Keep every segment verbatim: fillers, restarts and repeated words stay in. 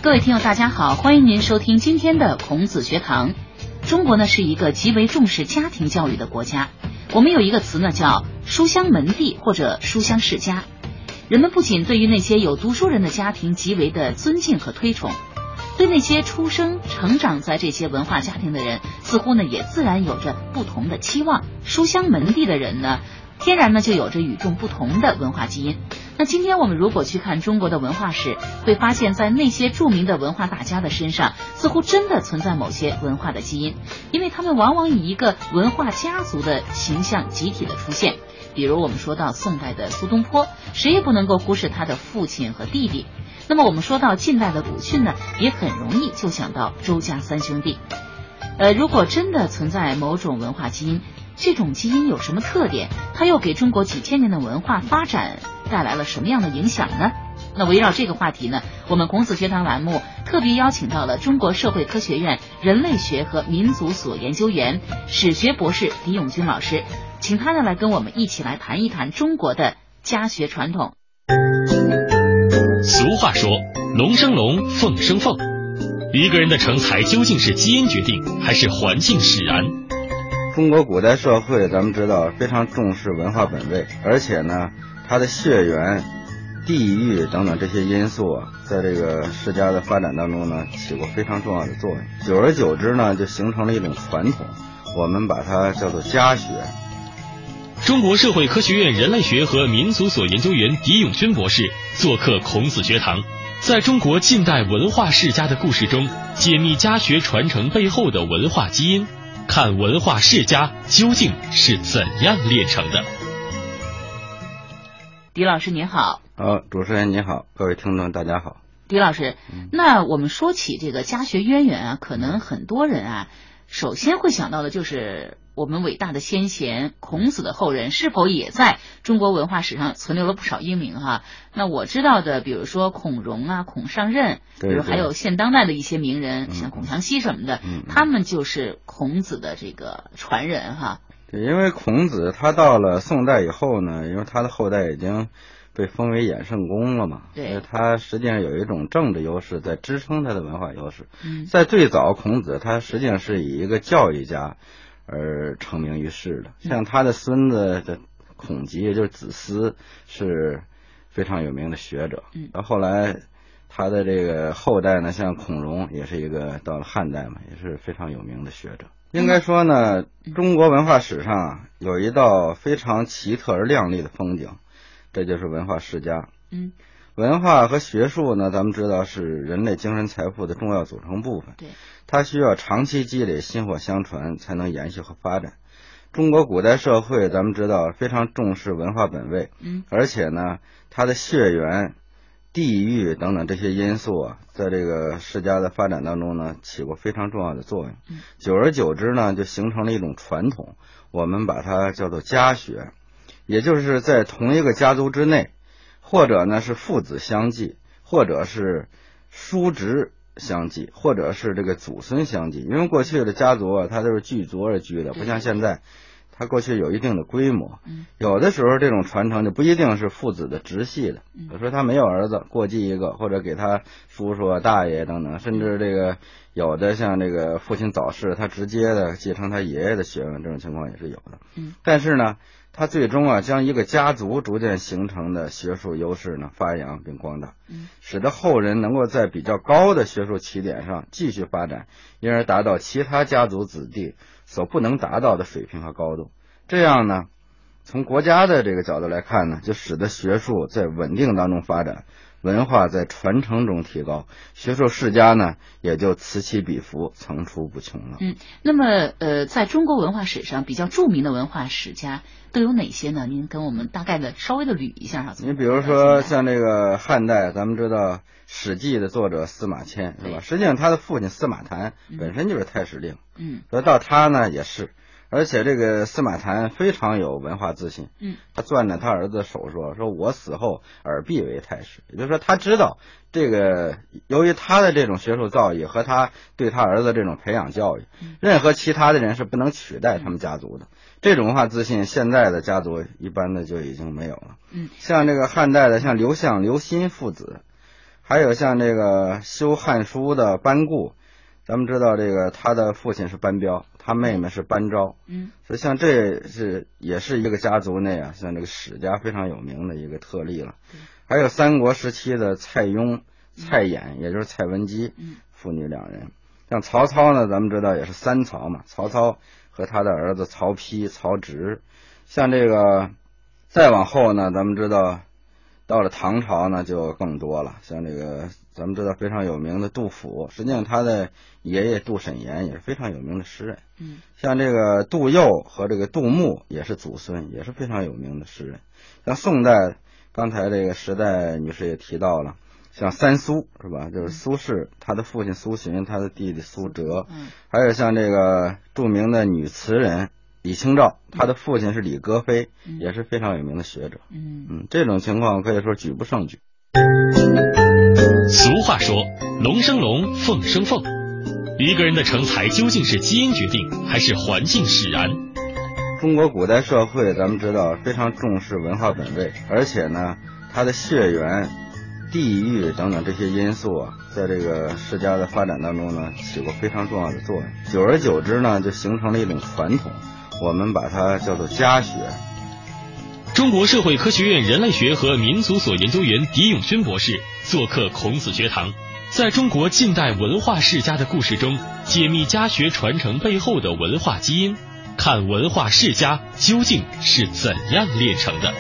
各位听友大家好，欢迎您收听今天的孔子学堂。中国呢是一个极为重视家庭教育的国家，我们有一个词呢叫书香门第或者书香世家。人们不仅对于那些有读书人的家庭极为的尊敬和推崇，对那些出生成长在这些文化家庭的人似乎呢也自然有着不同的期望。书香门第的人呢天然呢就有着与众不同的文化基因。那今天我们如果去看中国的文化史，会发现在那些著名的文化大家的身上似乎真的存在某些文化的基因，因为他们往往以一个文化家族的形象集体的出现。比如我们说到宋代的苏东坡，谁也不能够忽视他的父亲和弟弟。那么我们说到近代的鲁迅呢，也很容易就想到周家三兄弟。呃，如果真的存在某种文化基因，这种基因有什么特点？它又给中国几千年的文化发展带来了什么样的影响呢？那围绕这个话题呢，我们孔子学堂栏目特别邀请到了中国社会科学院人类学和民族所研究员、史学博士李永军老师，请他呢来跟我们一起来谈一谈中国的家学传统。 俗话说，龙生龙，凤生凤。一个人的成才究竟是基因决定，还是环境使然？ 中国古代社会咱们知道非常重视文化本位，而且呢它的血缘、地域等等这些因素啊，在这个世家的发展当中呢起过非常重要的作用。久而久之呢就形成了一种传统，我们把它叫做家学。 中国社会科学院人类学和民族所研究员狄永军博士做客孔子学堂，在中国近代文化世家的故事中解密家学传承背后的文化基因，看文化世家究竟是怎样炼成的。 狄老师您好。 好，主持人你好，各位听众大家好。 狄老师，那我们说起这个家学渊源啊，可能很多人啊首先会想到的就是我们伟大的先贤孔子的后人是否也在中国文化史上存留了不少英名哈。那我知道的比如说孔融啊、孔尚任，比如还有现当代的一些名人，像孔祥熙什么的， 嗯、 他们就是孔子的这个传人哈。 对，因为孔子他到了宋代以后呢，因为他的后代已经被封为衍圣公了嘛， 对， 他实际上有一种政治优势在支撑他的文化优势。 嗯， 在最早孔子他实际上是以一个教育家而成名于世的，像他的孙子的孔吉，也就是子思，是非常有名的学者。 嗯， 然后后来他的这个后代呢，像孔融也是一个到了汉代嘛，也是非常有名的学者。应该说呢，中国文化史上啊有一道非常奇特而亮丽的风景，这就是文化世家。 嗯， 文化和学术呢，咱们知道是人类精神财富的重要组成部分。 对， 它需要长期积累、薪火相传，才能延续和发展。中国古代社会咱们知道非常重视文化本位， 嗯， 而且呢，它的血缘、地域等等这些因素啊，在这个世家的发展当中呢，起过非常重要的作用。 嗯， 久而久之呢，就形成了一种传统，我们把它叫做家学，也就是在同一个家族之内，或者呢是父子相继，或者是叔侄相继，或者是这个祖孙相继。因为过去的家族啊，它都是聚族而居的，不像现在它过去有一定的规模。有的时候这种传承就不一定是父子的直系的，比如说他没有儿子，过继一个，或者给他叔叔啊、大爷等等，甚至这个有的像这个父亲早逝，他直接的继承他爷爷的学问，这种情况也是有的。 嗯， 但是呢，他最终啊将一个家族逐渐形成的学术优势呢发扬并光大， 嗯， 使得后人能够在比较高的学术起点上继续发展，因而达到其他家族子弟所不能达到的水平和高度。这样呢，从国家的这个角度来看呢，就使得学术在稳定当中发展，文化在传承中提高，学术世家呢也就此起彼伏，层出不穷了。 嗯，那么呃，在中国文化史上比较著名的文化史家都有哪些呢？您跟我们大概的稍微的捋一下哈。 你比如说像这个汉代，咱们知道《史记》的作者司马迁是吧？实际上他的父亲司马谈本身就是太史令， 嗯， 所以到他呢也是。而且这个司马谈非常有文化自信， 嗯， 他攥着他儿子的手说：“说我死后尔必为太史。”也就是说，他知道这个，由于他的这种学术造诣和他对他儿子这种培养教育，任何其他的人是不能取代他们家族的。这种文化自信，现在的家族一般的就已经没有了。 嗯， 像这个汉代的，像刘向、刘歆父子， 还有像这个修《汉书》的班固，咱们知道这个他的父亲是班彪，他妹妹是班昭， 嗯， 所以像这是也是一个家族内啊，像这个史家非常有名的一个特例了。还有三国时期的蔡邕、蔡琰，也就是蔡文姬父女两人。像曹操呢，咱们知道也是三曹嘛，曹操和他的儿子曹丕、曹植。像这个再往后呢，咱们知道到了唐朝呢就更多了，像这个咱们知道非常有名的杜甫，实际上他的爷爷杜审言也是非常有名的诗人。 嗯， 像这个杜佑和这个杜牧也是祖孙，也是非常有名的诗人。像宋代，刚才这个时代女士也提到了，像三苏是吧？就是苏轼，他的父亲苏洵，他的弟弟苏辙。 嗯， 还有像这个著名的女词人李清照，他的父亲是李格非， 嗯、 也是非常有名的学者。 嗯嗯，这种情况可以说举不胜举。 俗话说，龙生龙，凤生凤。一个人的成才究竟是基因决定，还是环境使然？ 中国古代社会，咱们知道非常重视文化本位，而且呢，它的血缘、地域等等这些因素啊，在这个世家的发展当中呢，起过非常重要的作用。久而久之呢，就形成了一种传统，我们把它叫做家学。 中国社会科学院人类学和民族所研究员狄永勋博士做客孔子学堂，在中国近代文化世家的故事中，解密家学传承背后的文化基因，看文化世家究竟是怎样炼成的。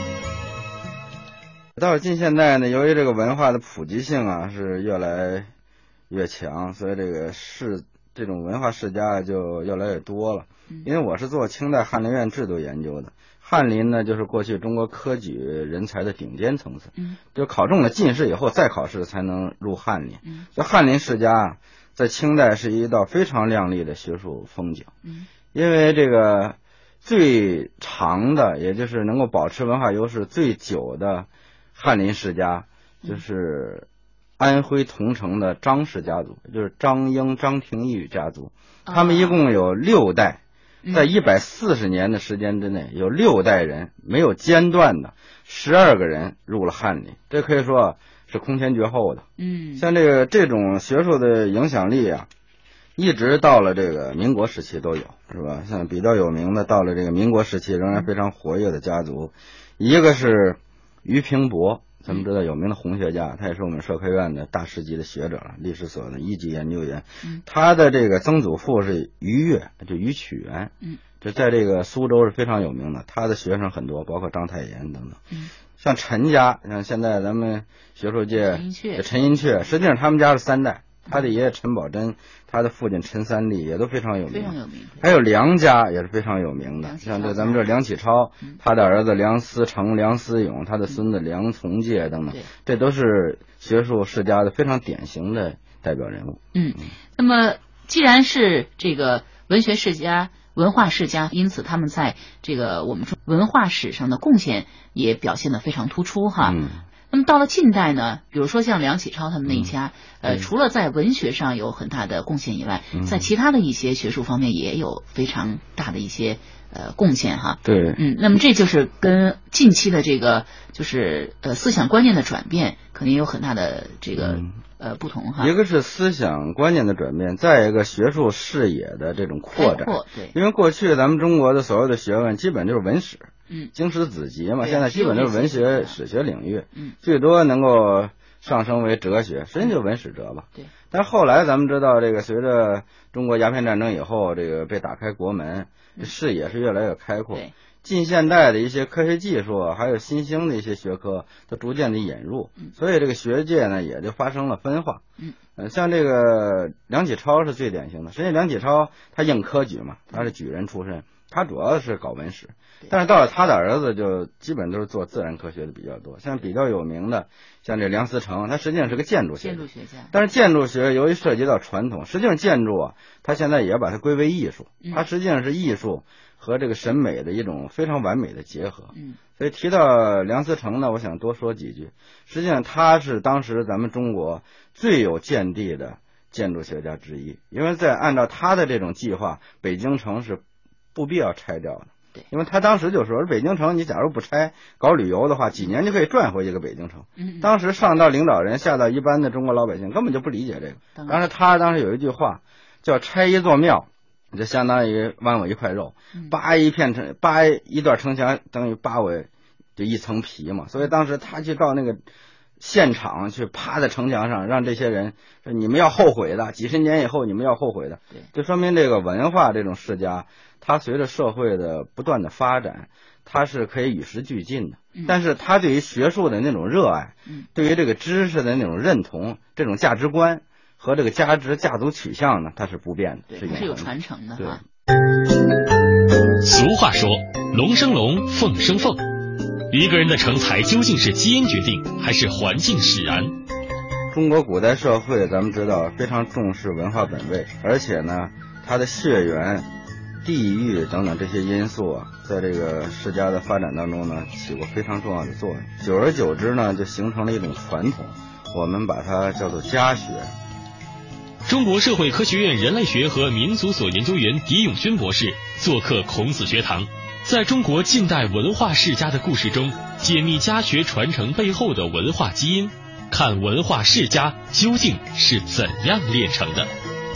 到了近现代呢，由于这个文化的普及性啊是越来越强，所以这个世这种文化世家就越来越多了。因为我是做清代翰林院制度研究的，翰林呢就是过去中国科举人才的顶尖层次，就考中了进士以后再考试才能入翰林。所以翰林世家在清代是一道非常亮丽的学术风景。因为这个最长的，也就是能够保持文化优势最久的翰林世家，就是安徽桐城的张氏家族，就是张英、张廷玉家族。他们一共有六代，在一百四十年的时间之内，有六代人没有间断的十二个人入了翰林，这可以说是空前绝后的。 嗯， 像这个这种学术的影响力啊，一直到了这个民国时期都有，是吧？像比较有名的，到了这个民国时期仍然非常活跃的家族，一个是俞平伯，咱们知道有名的红学家，他也是我们社科院的大师级的学者，历史所的一级研究员。他的这个曾祖父是俞越，就俞曲元，这在这个苏州是非常有名的，他的学生很多，包括章太炎等等。像陈家，像现在咱们学术界陈寅恪，实际上他们家是三代，他的爷爷陈宝箴，他的父亲陈三立也都非常有名， 非常有名。 还有梁家也是非常有名的，像这咱们这梁启超，他的儿子梁思成、梁思永，他的孙子梁从诫等等，这都是学术世家的非常典型的代表人物。 嗯，那么既然是这个文学世家、文化世家，因此他们在这个我们说文化史上的贡献也表现得非常突出哈。 嗯， 那么到了近代呢，比如说像梁启超他们那一家，嗯、呃，除了在文学上有很大的贡献以外，嗯、在其他的一些学术方面也有非常大的一些呃贡献哈。 对， 嗯，那么这就是跟近期的这个就是呃思想观念的转变，可能也有很大的这个、嗯、呃不同哈。 一个是思想观念的转变，再一个学术视野的这种扩展。 扩对， 因为过去咱们中国的所有的学问基本就是文史。 嗯， 经史子集嘛，现在基本都是文学史学领域， 嗯， 最多能够上升为哲学，实际就文史哲吧。 对。 但是后来咱们知道，这个随着中国鸦片战争以后，这个被打开国门，嗯、视野是越来越开阔。 对。 近现代的一些科学技术，还有新兴的一些学科，都逐渐的引入， 嗯、 所以这个学界呢也就发生了分化。 嗯。 呃，像这个梁启超是最典型的，实际上梁启超他应科举嘛，他是举人出身。他主要是搞文史，但是到了他的儿子就基本都是做自然科学的比较多。像比较有名的，像这梁思成，他实际上是个建筑学建筑学家。 但是建筑学由于涉及到传统，实际上建筑啊，他现在也把它归为艺术，它实际上是艺术和这个审美的一种非常完美的结合。 嗯， 所以提到梁思成呢，我想多说几句。实际上他是当时咱们中国最有见地的建筑学家之一，因为在按照他的这种计划，北京城是不必要拆掉的。 对， 因为他当时就说，北京城你假如不拆，搞旅游的话，几年就可以赚回一个北京城。 嗯， 当时上到领导人，下到一般的中国老百姓，根本就不理解这个。当时他当时有一句话叫拆一座庙，就相当于剜我一块肉，扒一片城，扒一段城墙，等于扒我就一层皮嘛。所以当时他去到那个现场去趴在城墙上，让这些人说你们要后悔的，几十年以后你们要后悔的。 对， 就说明这个文化这种世家，它随着社会的不断的发展，它是可以与时俱进的。 嗯、 但是它对于学术的那种热爱， 嗯，对于这个知识的那种认同，这种价值观和这个家值家族取向呢，它是不变的， 对， 是是有传承的哈。 俗话说，龙生龙，凤生凤。一个人的成才究竟是基因决定，还是环境使然？ 中国古代社会，咱们知道非常重视文化本位，而且呢，它的血缘、地域等等这些因素啊，在这个世家的发展当中呢，起过非常重要的作用。久而久之呢，就形成了一种传统，我们把它叫做家学。 中国社会科学院人类学和民族所研究员狄永勋博士做客孔子学堂，在中国近代文化世家的故事中，解密家学传承背后的文化基因，看文化世家究竟是怎样炼成的。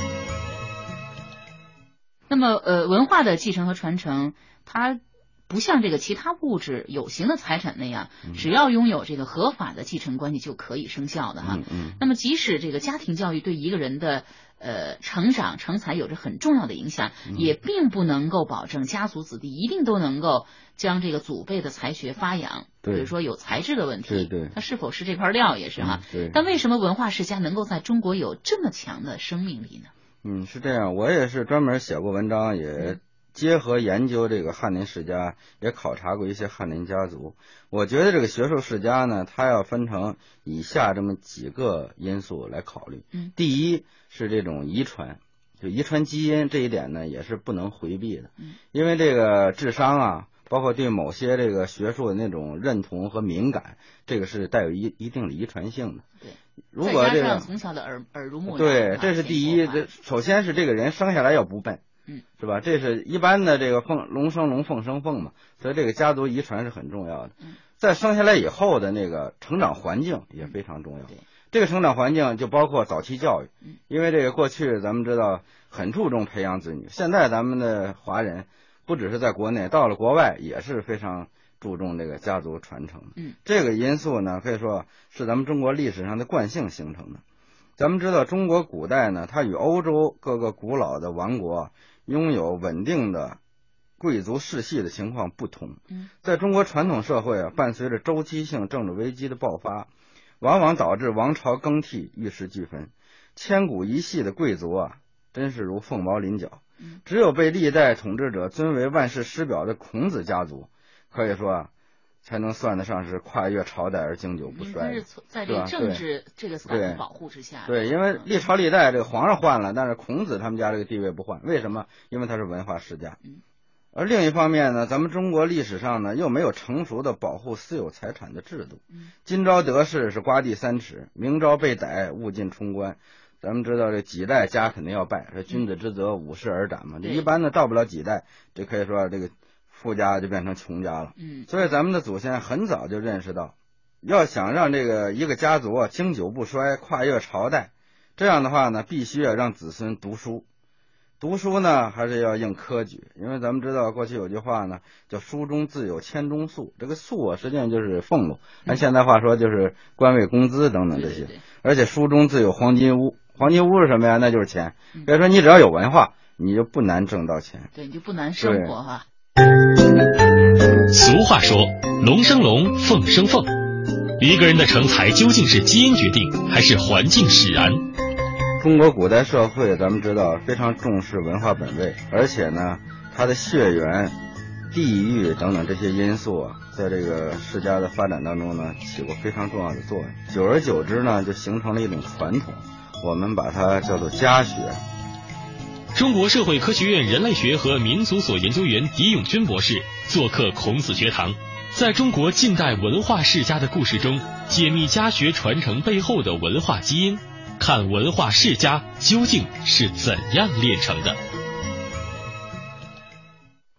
那么，呃，文化的继承和传承，它不像这个其他物质有形的财产那样，只要拥有这个合法的继承关系就可以生效的哈。 嗯嗯。 那么，即使这个家庭教育对一个人的呃成长成才有着很重要的影响， 嗯、 也并不能够保证家族子弟一定都能够将这个祖辈的才学发扬。 对。 比如说有才智的问题， 对对， 他是否是这块料也是哈。 嗯、对。 但为什么文化世家能够在中国有这么强的生命力呢？ 嗯，是这样，我也是专门写过文章，也结合研究这个翰林世家，也考察过一些翰林家族。我觉得这个学术世家呢，它要分成以下这么几个因素来考虑。 嗯， 第一是这种遗传，就遗传基因这一点呢，也是不能回避的。 嗯， 因为这个智商啊，包括对某些这个学术的那种认同和敏感，这个是带有一一定的遗传性的。 对。 如果这个从小的耳耳濡目染， 对，这是第一。这首先是这个人生下来要不笨， 嗯， 是吧？这是一般的这个凤龙生龙，凤生凤嘛，所以这个家族遗传是很重要的。 嗯， 在生下来以后的那个成长环境也非常重要。 对， 这个成长环境就包括早期教育， 嗯， 因为这个过去咱们知道很注重培养子女，现在咱们的华人不只是在国内，到了国外也是非常注重这个家族传承。 嗯， 这个因素呢，可以说是咱们中国历史上的惯性形成的。咱们知道中国古代呢，它与欧洲各个古老的王国拥有稳定的贵族世系的情况不同。 嗯， 在中国传统社会啊，伴随着周期性政治危机的爆发，往往导致王朝更替，玉石俱焚。千古一系的贵族啊，真是如凤毛麟角。只有被历代统治者尊为万世师表的孔子家族，可以说啊，才能算得上是跨越朝代而经久不衰， 是在这个政治这个伞的保护之下。 对，因为历朝历代这个皇上换了，但是孔子他们家这个地位不换，为什么？因为他是文化世家。 嗯， 而另一方面呢，咱们中国历史上呢又没有成熟的保护私有财产的制度。 嗯， 今朝得势是刮地三尺，明朝被逮物尽冲冠。咱们知道这几代家肯定要败，说君子之泽五世而斩嘛。这一般的到不了几代，这可以说这个富家就变成穷家了。 嗯， 所以咱们的祖先很早就认识到，要想让这个一个家族啊经久不衰，跨越朝代，这样的话呢，必须要让子孙读书。读书呢，还是要应科举，因为咱们知道过去有句话呢，叫书中自有千钟粟。这个粟啊，实际上就是俸禄，按现代话说就是官位工资等等这些。 对对对， 而且书中自有黄金屋，黄金屋是什么呀？那就是钱。比如说你只要有文化，你就不难挣到钱。 对，你就不难生活哈。 俗话说，龙生龙，凤生凤。一个人的成才究竟是基因决定，还是环境使然？ 中国古代社会，咱们知道非常重视文化本位，而且呢，它的血缘、地域等等这些因素啊，在这个世家的发展当中呢，起过非常重要的作用。久而久之呢，就形成了一种传统，我们把它叫做家学。 中国社会科学院人类学和民族所研究员狄永勋博士做客孔子学堂，在中国近代文化世家的故事中，解密家学传承背后的文化基因，看文化世家究竟是怎样炼成的。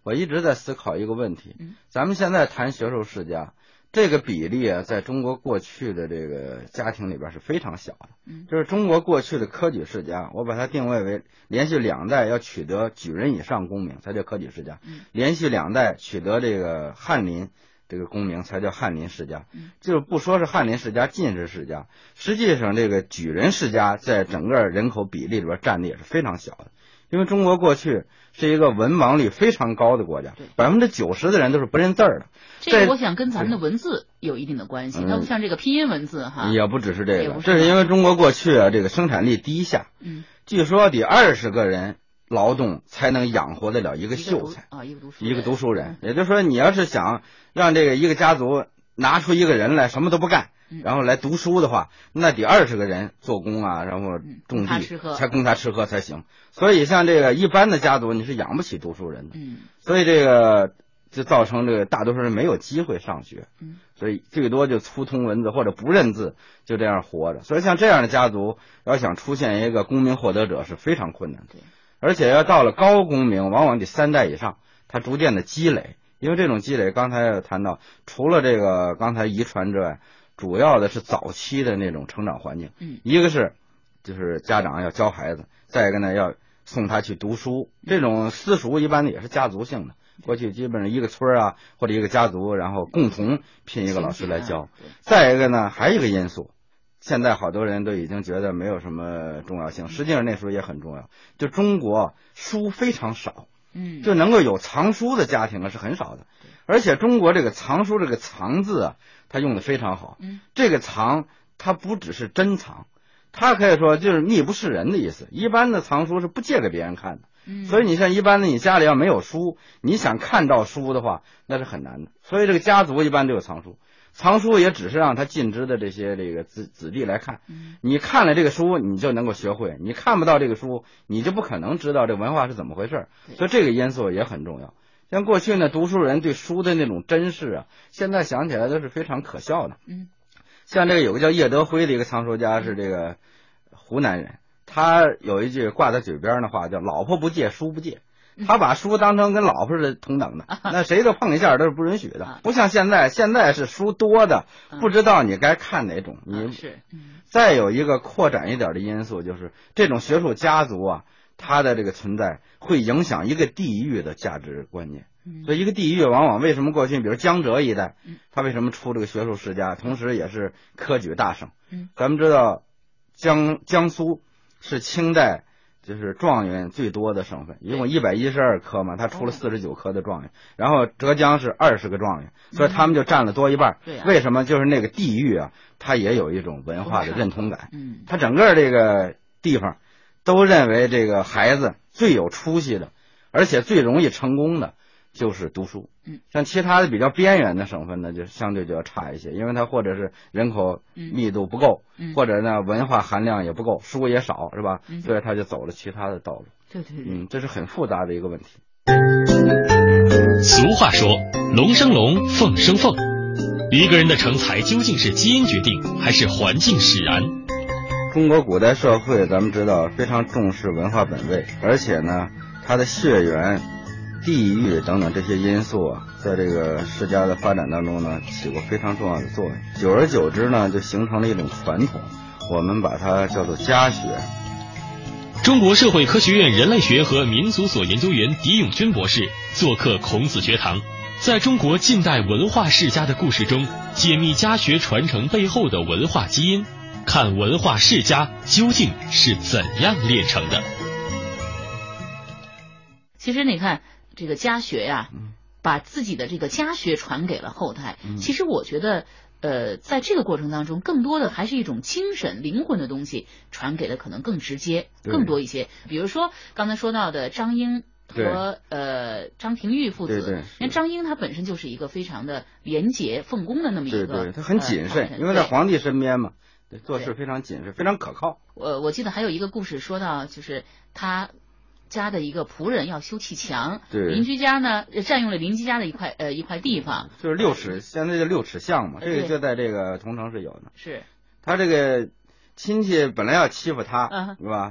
我一直在思考一个问题，咱们现在谈学术世家，这个比例啊，在中国过去的这个家庭里边是非常小的。就是中国过去的科举世家，我把它定位为连续两代要取得举人以上功名才叫科举世家，连续两代取得这个翰林这个功名才叫翰林世家。就是不说是翰林世家、进士世家，实际上这个举人世家在整个人口比例里边占的也是非常小的。因为中国过去是一个文盲率非常高的国家，百分之九十的人都是不认字儿的。 这个我想跟咱们的文字有一定的关系，它不像这个拼音文字哈。 也不只是这个，这是因为中国过去啊，这个生产力低下，嗯，据说得二十个人劳动才能养活得了一个秀才啊，一个读书一个读书人。也就是说，你要是想让这个一个家族拿出一个人来什么都不干，然后来读书的话，那得二十个人做工啊，然后种地才供他吃喝才行。所以像这个一般的家族，你是养不起读书人的。嗯，所以这个就造成这个大多数人没有机会上学。嗯，所以最多就粗通文字或者不认字，就这样活着。所以像这样的家族，要想出现一个功名获得者是非常困难的。而且要到了高功名，往往得三代以上，他逐渐的积累。因为这种积累，刚才谈到，除了这个刚才遗传之外，主要的是早期的那种成长环境。嗯，一个是就是家长要教孩子，再一个呢要送他去读书。这种私塾一般也是家族性的，过去基本上一个村啊或者一个家族，然后共同聘一个老师来教。再一个呢，还有一个因素，现在好多人都已经觉得没有什么重要性，实际上那时候也很重要。就中国书非常少。嗯，就能够有藏书的家庭啊是很少的，而且中国这个藏书这个藏字啊，它用的非常好。嗯，这个藏它不只是珍藏，它可以说就是密不示人的意思。一般的藏书是不借给别人看的。嗯，所以你像一般的你家里要没有书，你想看到书的话，那是很难的。所以这个家族一般都有藏书。藏书也只是让他尽职的这些这个子子弟来看，你看了这个书，你就能够学会；你看不到这个书，你就不可能知道这文化是怎么回事。所以这个因素也很重要。像过去呢，读书人对书的那种珍视啊，现在想起来都是非常可笑的。嗯，像这个有个叫叶德辉的一个藏书家，是这个湖南人，他有一句挂在嘴边的话，叫“老婆不借，书不借”。他把书当成跟老婆是同等的，那谁都碰一下都是不允许的。不像现在，现在是书多的，不知道你该看哪种。你是。 再有一个扩展一点的因素，就是这种学术家族啊，它的这个存在会影响一个地域的价值观念。所以一个地域往往为什么过去，比如江浙一带，他为什么出这个学术世家，同时也是科举大省。咱们知道江江苏是清代就是状元最多的省份，一共一百一十二科嘛，他出了四十九科的状元，然后浙江是二十个状元，所以他们就占了多一半。 对啊， 为什么？就是那个地域啊，它也有一种文化的认同感。嗯，它整个这个地方都认为这个孩子最有出息的，而且最容易成功的就是读书。嗯，像其他的比较边缘的省份呢，就相对就要差一些，因为它或者是人口密度不够，嗯、或者呢文化含量也不够，书也少，是吧？嗯、所以他就走了其他的道路。 对对对， 嗯，这是很复杂的一个问题。 俗话说，龙生龙，凤生凤。一个人的成才究竟是基因决定，还是环境使然？ 中国古代社会，咱们知道非常重视文化本位，而且呢，它的血缘、地域等等这些因素啊，在这个世家的发展当中呢，起过非常重要的作用。久而久之呢，就形成了一种传统，我们把它叫做家学。 中国社会科学院人类学和民族所研究员狄永军博士做客孔子学堂，在中国近代文化世家的故事中，解密家学传承背后的文化基因，看文化世家究竟是怎样炼成的。 其实你看这个家学呀、啊，把自己的这个家学传给了后代。嗯、其实我觉得，呃，在这个过程当中，更多的还是一种精神、灵魂的东西传给的可能更直接、更多一些。比如说刚才说到的张英和呃张廷玉父子， 对对， 因为张英他本身就是一个非常的廉洁奉公的那么一个， 对对，他很谨慎，呃、因为在皇帝身边嘛，对，做事非常谨慎，非常可靠。 我我记得还有一个故事说到，就是他家的一个仆人要修砌墙，邻居家呢占用了邻居家的一块呃一块地方， 就是六尺，现在就六尺巷嘛，这个就在这个同城是有的。 是， 他这个亲戚本来要欺负他，是吧？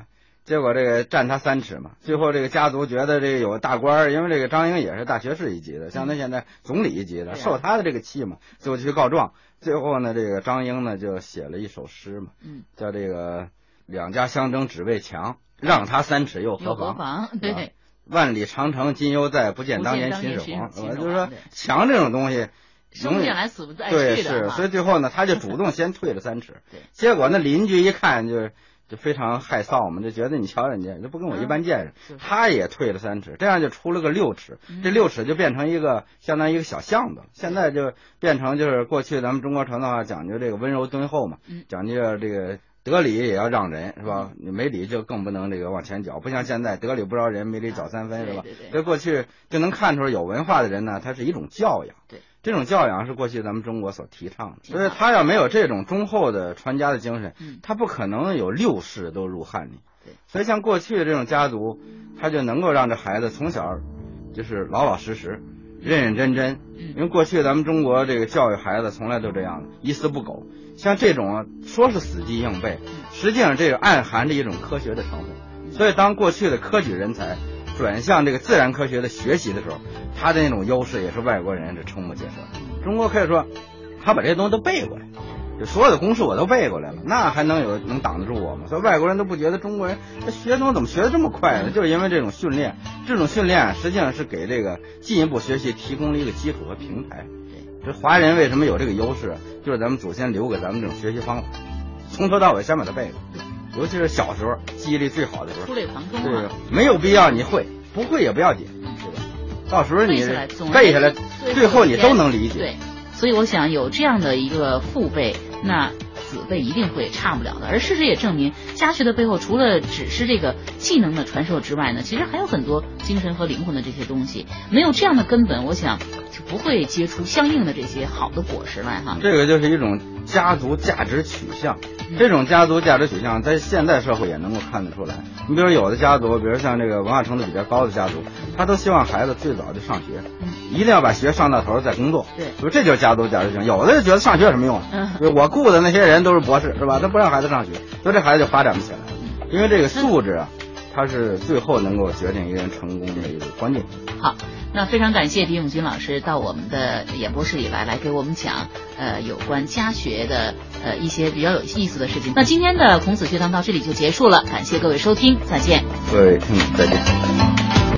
结果这个占他三尺嘛，最后这个家族觉得这个有大官，因为这个张英也是大学士一级的，像他现在总理一级的，受他的这个气嘛，最后就去告状。最后呢，这个张英呢就写了一首诗嘛， 嗯， 叫这个两家相争只为墙，让他三尺又何妨？ 妨对， 万里长城今犹在，不见当年秦始皇。 我就是说墙这种东西。 生不见来死不再去的， 对， 是，所以最后呢，他就主动先退了三尺。结果那邻居一看就就非常害臊嘛，就觉得你瞧人家，这不跟我一般见识，嗯、他也退了三尺，这样就出了个六尺， 嗯、 这六尺就变成一个相当于一个小巷子，现在就变成就是过去咱们中国传统话讲究这个温柔敦厚嘛， 嗯、 讲究这个。得理也要让人是吧？你没理就更不能这个往前搅，不像现在得理不饶人，没理搅三分是吧？所以过去就能看出有文化的人呢，他是一种教养。 对， 这种教养是过去咱们中国所提倡的。所以他要没有这种忠厚的传家的精神，他不可能有六世都入翰林。 对， 所以像过去的这种家族，他就能够让这孩子从小就是老老实实、认认真真。因为过去咱们中国这个教育孩子从来都这样的，一丝不苟。像这种啊，说是死记硬背，实际上这个暗含着一种科学的成分。所以当过去的科举人才转向这个自然科学的学习的时候，他的那种优势也是外国人是瞠目结舌。中国可以说他把这些东西都背过来，就所有的公式我都背过来了，那还能有能挡得住我吗？所以外国人都不觉得中国人这学东西怎么学得这么快呢？就是因为这种训练，这种训练实际上是给这个进一步学习提供了一个基础和平台。这华人为什么有这个优势？就是咱们祖先留给咱们这种学习方法，从头到尾先把它背了，尤其是小时候记忆力最好的时候， 触类旁通。 对，没有必要你会，不会也不要紧，对吧？到时候你背下来，最后你都能理解。 对，所以我想有这样的一个父辈，那子辈一定会差不了的。而事实也证明，家学的背后除了只是这个技能的传授之外呢，其实还有很多精神和灵魂的这些东西。没有这样的根本，我想就不会结出相应的这些好的果实来哈。 这个就是一种家族价值取向，这种家族价值取向在现代社会也能够看得出来。你比如有的家族，比如像这个文化程度比较高的家族，他都希望孩子最早就上学，一定要把学上到头再工作。 对， 所以这就是家族价值取向。有的人觉得上学有什么用啊？嗯，我雇的那些人都是博士是吧？他不让孩子上学，所以这孩子就发展不起来。因为这个素质啊，它是最后能够决定一个人成功的一个关键。 好，那非常感谢狄永军老师到我们的演播室里来，来给我们讲呃有关家学的呃一些比较有意思的事情。那今天的孔子学堂到这里就结束了，感谢各位收听，再见。 各位听众再见。